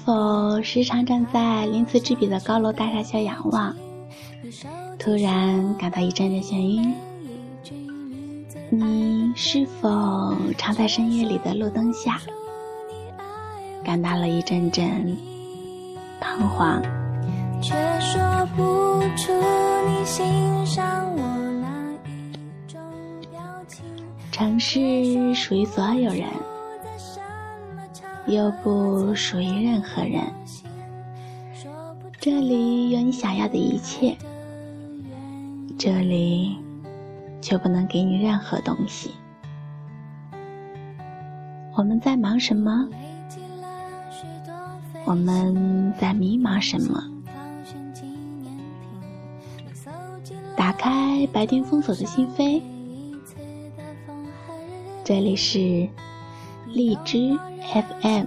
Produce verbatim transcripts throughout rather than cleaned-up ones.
否时常站在鳞次栉比的高楼大厦下仰望，突然感到一阵阵眩晕？你是否常在深夜里的路灯下感到了一阵阵彷徨？ 却说不出你欣赏我哪一种表情。 城市属于所有人，又不属于任何人。这里有你想要的一切，这里却不能给你任何东西。我们在忙什么？我们在迷茫什么？打开白天封锁的心扉，这里是荔枝 F M，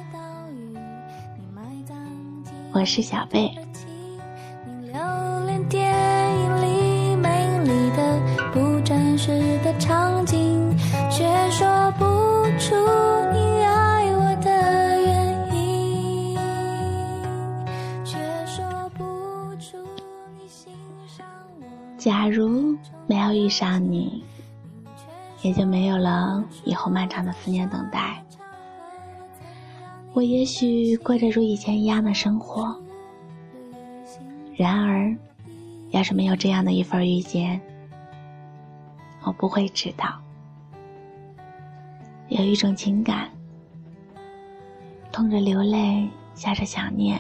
我是小贝。 留恋电影里美丽的不真实的场景，却说不出你爱我的原因，却说不出你欣赏我。 假如没有遇上你，也就没有了以后漫长的思念等待。我也许过着如以前一样的生活，然而要是没有这样的一份遇见，我不会知道，有一种情感痛着流泪，笑着想念，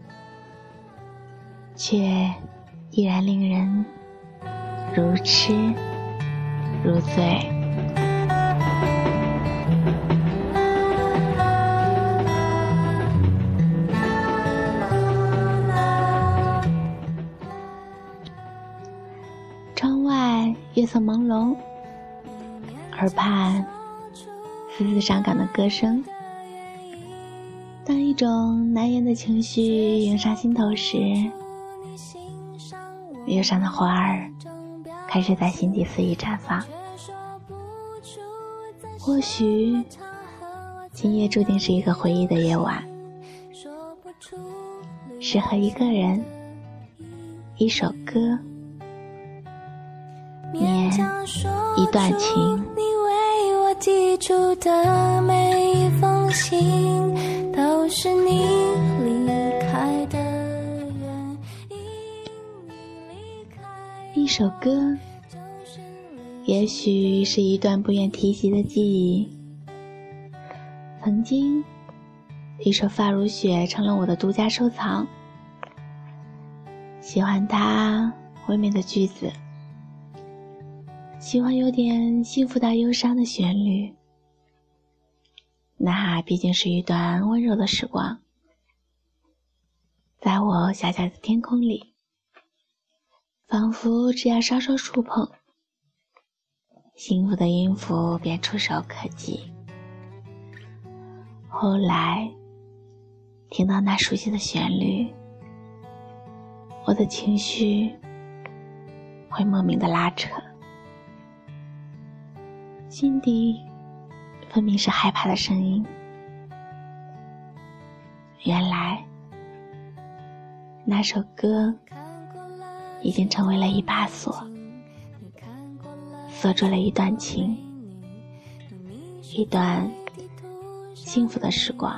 却依然令人如痴如醉。窗外月色朦胧，耳畔丝丝伤感的歌声。当一种难言的情绪涌上心头时，忧伤的花儿开始在心底肆意绽放。或许今夜注定是一个回忆的夜晚，适合一个人，一首歌，念一段情。 你为我寄出的每一封信，都是你离开的原因。 一首歌，也许是一段不愿提及的记忆。曾经一首发如雪成了我的独家收藏，喜欢它唯美的句子，喜欢有点幸福到忧伤的旋律。那毕竟是一段温柔的时光，在我狭小的天空里，仿佛只要稍稍触碰，幸福的音符便触手可及。后来听到那熟悉的旋律，我的情绪会莫名的拉扯，心底分明是害怕的声音。原来那首歌已经成为了一把锁，锁住了一段情，一段幸福的时光，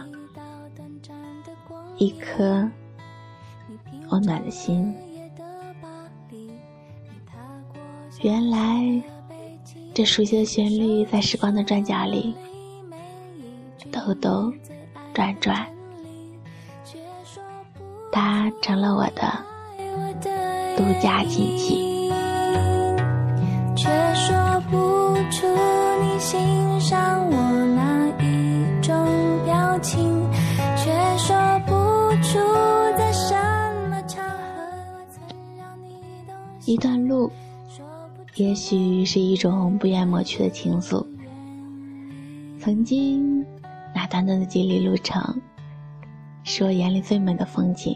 一颗温暖的心。原来这熟悉的旋律在时光的转角里兜兜转转，它成了我的独家禁忌。 却说不出你欣赏我哪一种表情，却说不出在什么场合我曾让你动心。 一段路，也许是一种不愿抹去的情愫。曾经那短短的几里路程，是我眼里最美的风景。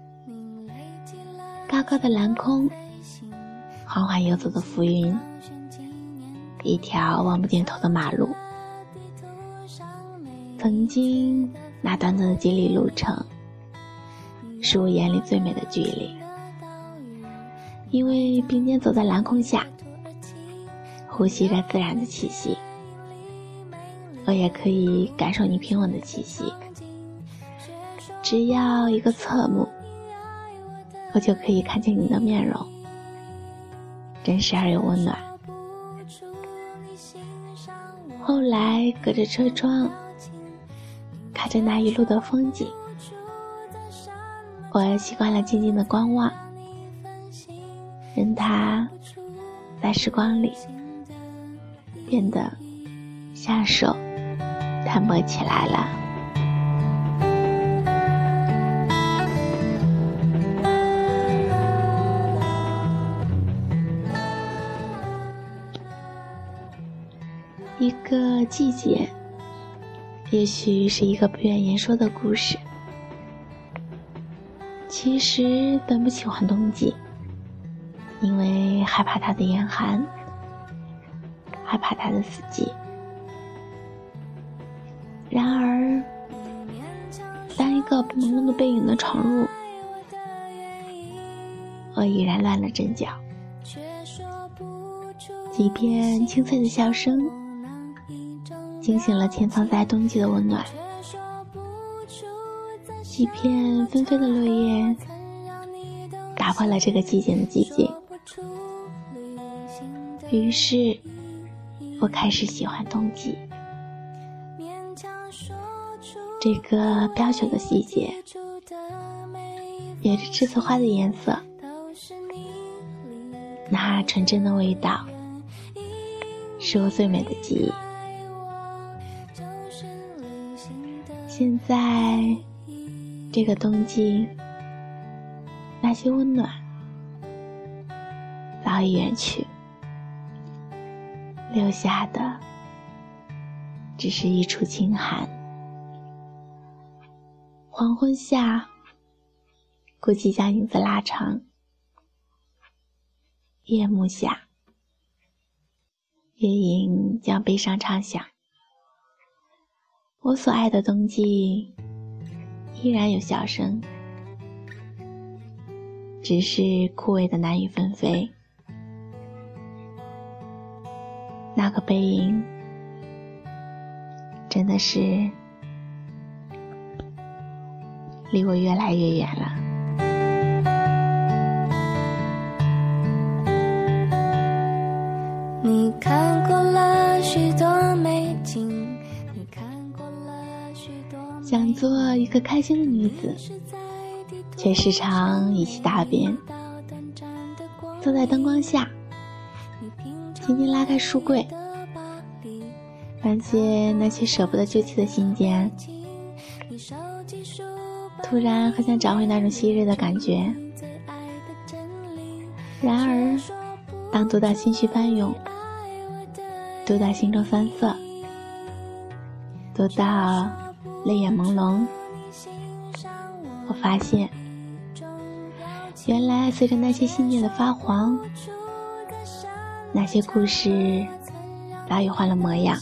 高高的蓝空，缓缓游走的浮云，一条望不见头的马路。曾经那短短的几里路程， 是我眼里最美的距离，因为并肩走在蓝空下，呼吸着自然的气息，我也可以感受你平稳的气息。只要一个侧目，我就可以看见你的面容，真实而又温暖。后来隔着车窗看着那一路的风景，我习惯了静静的观望，任它在时光里变得像手摊薄起来了。一个季节，也许是一个不愿言说的故事。其实本不喜欢冬季，因为害怕它的严寒，害怕它的死寂。然而当一个朦胧的背影的闯入，我已然乱了阵脚。几片清脆的笑声惊醒了潜藏在冬季的温暖，几片纷飞的落叶打破了这个季节的寂静。于是我开始喜欢冬季，这个标朽的细节，有着栀子花的颜色，那纯真的味道，是我最美的记忆。现在这个冬季，那些温暖早已远去，留下的只是一处清寒。黄昏下，估计将影子拉长，夜幕下，月影将悲伤唱响。我所爱的冬季依然有笑声，只是枯萎的难以纷飞。那个背影真的是离我越来越远了。 你看过了许多美景，你看过了许多美景， 想做一个开心的女子，却时常一起大便。坐在灯光下，轻轻拉开书柜，翻些那些舍不得丢弃的信件，突然很想找回那种昔日的感觉。然而当读到心绪翻涌，读到心中酸涩，读到泪眼朦胧，我发现原来随着那些信念的发黄，那些故事早已换了模样。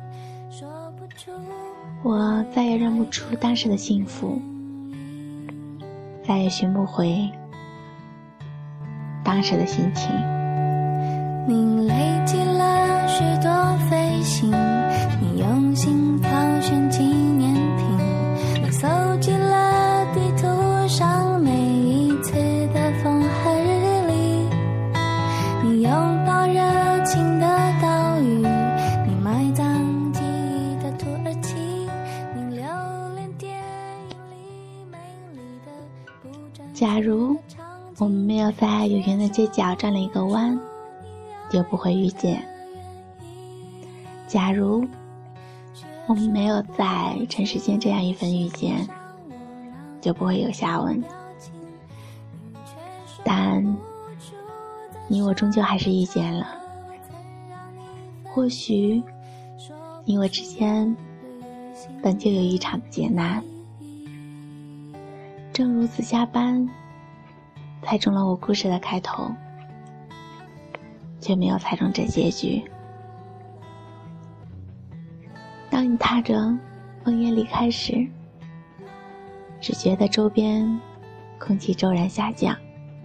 我再也认不出当时的幸福，再也寻不回当时的心情。 你累积了许多飞行，你用心挑选纪念品，你搜集了地图上每一次的风和日丽，你拥抱热情的岛屿，你埋葬记忆的土耳其，你留恋电影里美丽的不真实的假如我们没有在有缘的街角转了一个弯，就不会遇见。假如我们没有在尘世间这样一份遇见，就不会有下文。但你我终究还是遇见了。或许你我之间本就有一场的劫难，正如紫霞般猜中了我故事的开头，却没有猜中这结局。当你踏着枫叶离开时，只觉得周边空气骤然下降，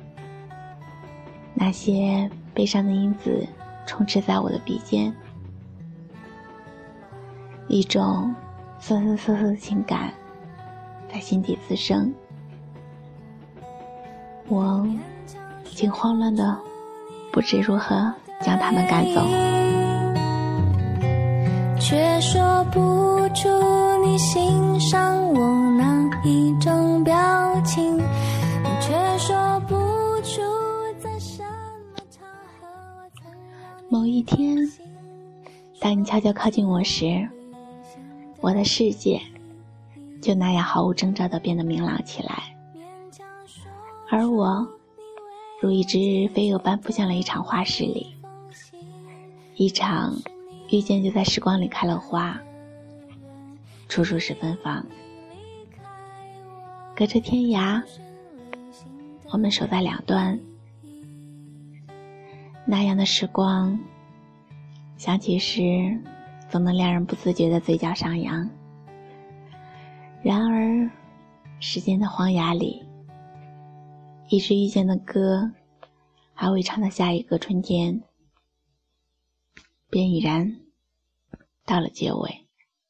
那些悲伤的因子充斥在我的鼻尖，一种瑟瑟瑟瑟的情感在心底滋生，我竟慌乱的不知如何将他们赶走， 却说不出你欣赏我哪一种表情，却说不出在什么场合我曾某一天，当你悄悄靠近我时，我的世界就那样毫无征兆地变得明朗起来，而我如一只飞蛾般扑向了一场花市里，一场遇见就在时光里开了花，处处是芬芳。隔着天涯，我们守在两端，那样的时光想起时总能让人不自觉的嘴角上扬。然而时间的荒崖里，一直遇见的歌还未唱到下一个春天，便已然到了结尾。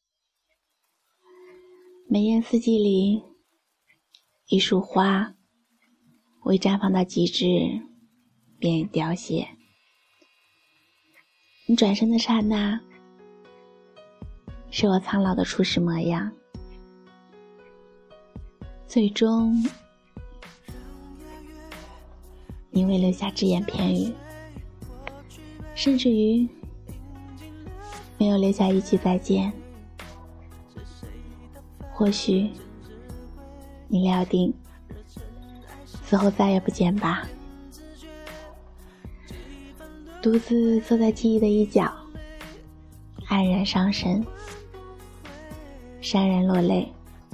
梅艳四季里，一束花未绽放到极致便已凋谢，你转身的刹那，是我苍老的初始模样。最终你未留下只言片语，甚至于没有留下一句再见。或许你料定此后再也不见吧。独自坐在记忆的一角，黯然伤神，潸然落泪。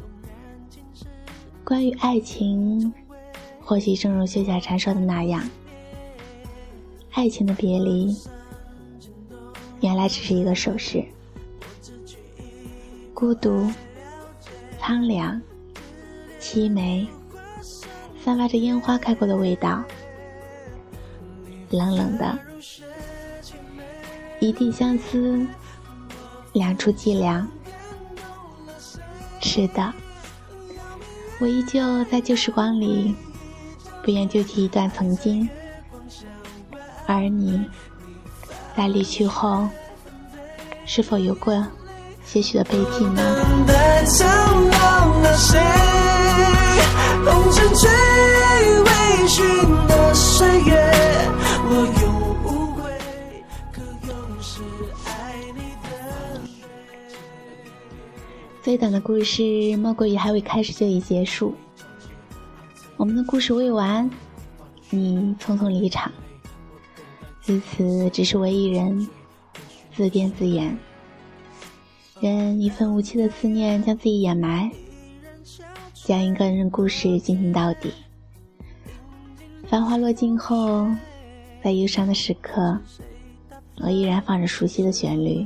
关于爱情，或许正如薛晓婵说的那样，爱情的别离原来只是一个手势，孤独、苍凉、凄美，散发着烟花开过的味道，冷冷的，一地相思，两处凄凉。是的，我依旧在旧时光里不愿丢弃一段曾经，而你在离去后是否有过些许的悲戚呢？红尘追微醺的岁月，我永无悔，可永是爱你的月。最短的故事莫过于还未开始就已结束，我们的故事未完，你匆匆离场，自此只是为一人自编自演，任一份无期的思念将自己掩埋，将一个人故事进行到底。繁华落尽后，在忧伤的时刻，我依然放着熟悉的旋律，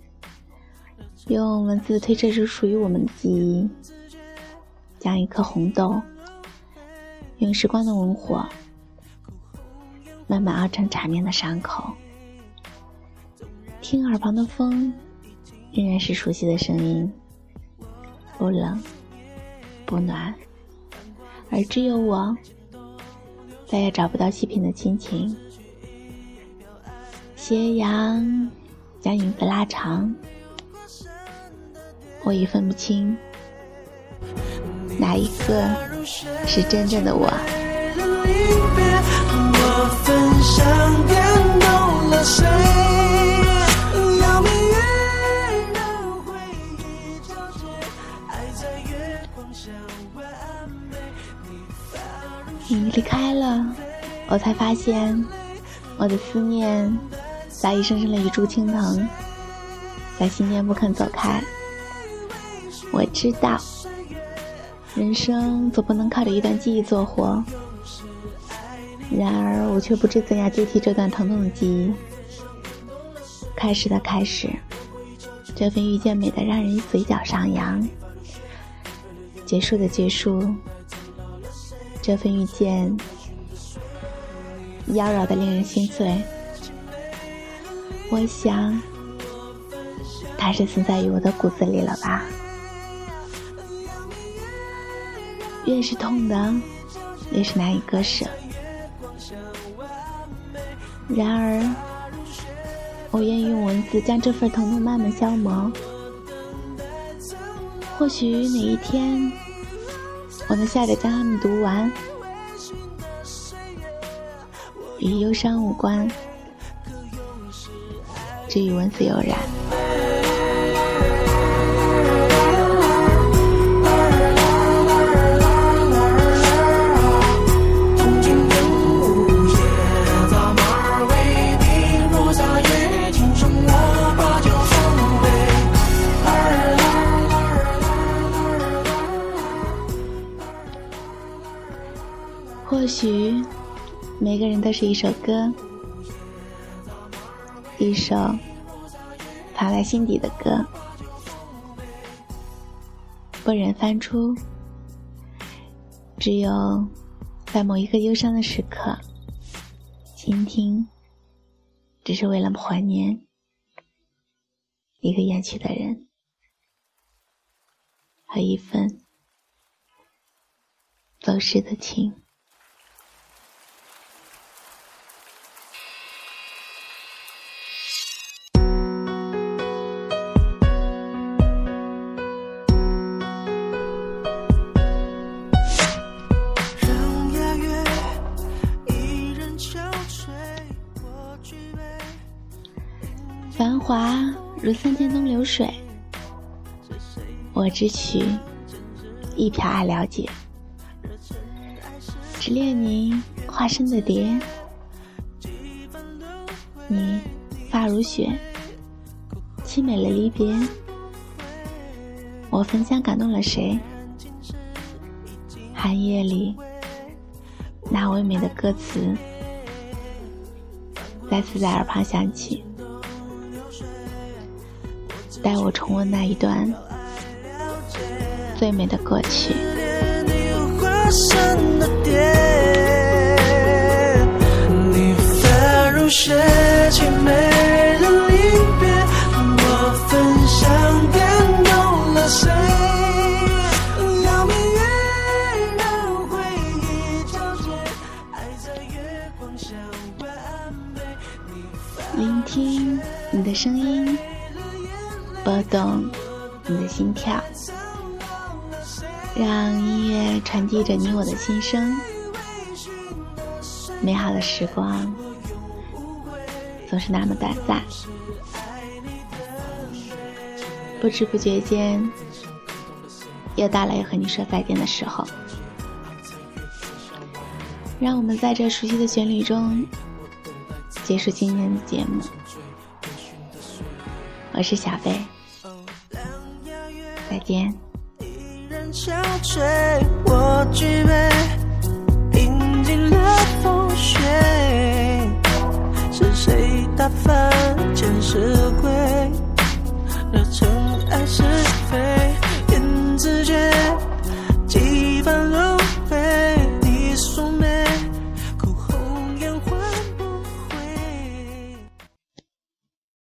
用文字推测出属于我们的记忆，将一颗红豆用时光的文火慢慢熬成缠绵的伤口。听耳旁的风仍然是熟悉的声音，不冷不暖，而只有我再也找不到细品的亲情。斜阳将影子拉长，我已分不清哪一个是真正的我。我分享感动了谁，要明月让回忆交织，爱在月光下完美。你离开了，我才发现我的思念早已生成了一株青藤，在心间不肯走开。我知道人生总不能靠着一段记忆做活，然而我却不知怎样丢弃这段疼痛的记忆。开始的开始，这份遇见美得让人嘴角上扬，结束的结束这份遇见妖娆的令人心碎，我想它是存在于我的骨子里了吧。越是痛的越是难以割舍，然而我愿意用文字将这份疼痛慢慢消磨。或许哪一天我能笑着将它们读完，与忧伤无关，只与文字有染。或许每个人都是一首歌，一首藏在心底的歌，不忍翻出，只有在某一个忧伤的时刻倾听，只是为了怀念一个远去的人和一份走失的情。繁华如三千东流水，我只取一瓢爱了解，只恋你化身的蝶，你发如雪，凄美了离别。我焚香感动了谁？寒夜里那唯美的歌词再次在耳旁响起，带我重温那一段最美的过去。 你发如雪，凄美的离别，我焚香感动了谁？要明月让回忆交接，爱在月光下完美。 聆听你的声音，拨动你的心跳，让音乐传递着你我的心声。美好的时光总是那么短暂，不知不觉间又到了要和你说再见的时候。让我们在这熟悉的旋律中结束今天的节目。我是小贝，再见。 依然憔悴，我举杯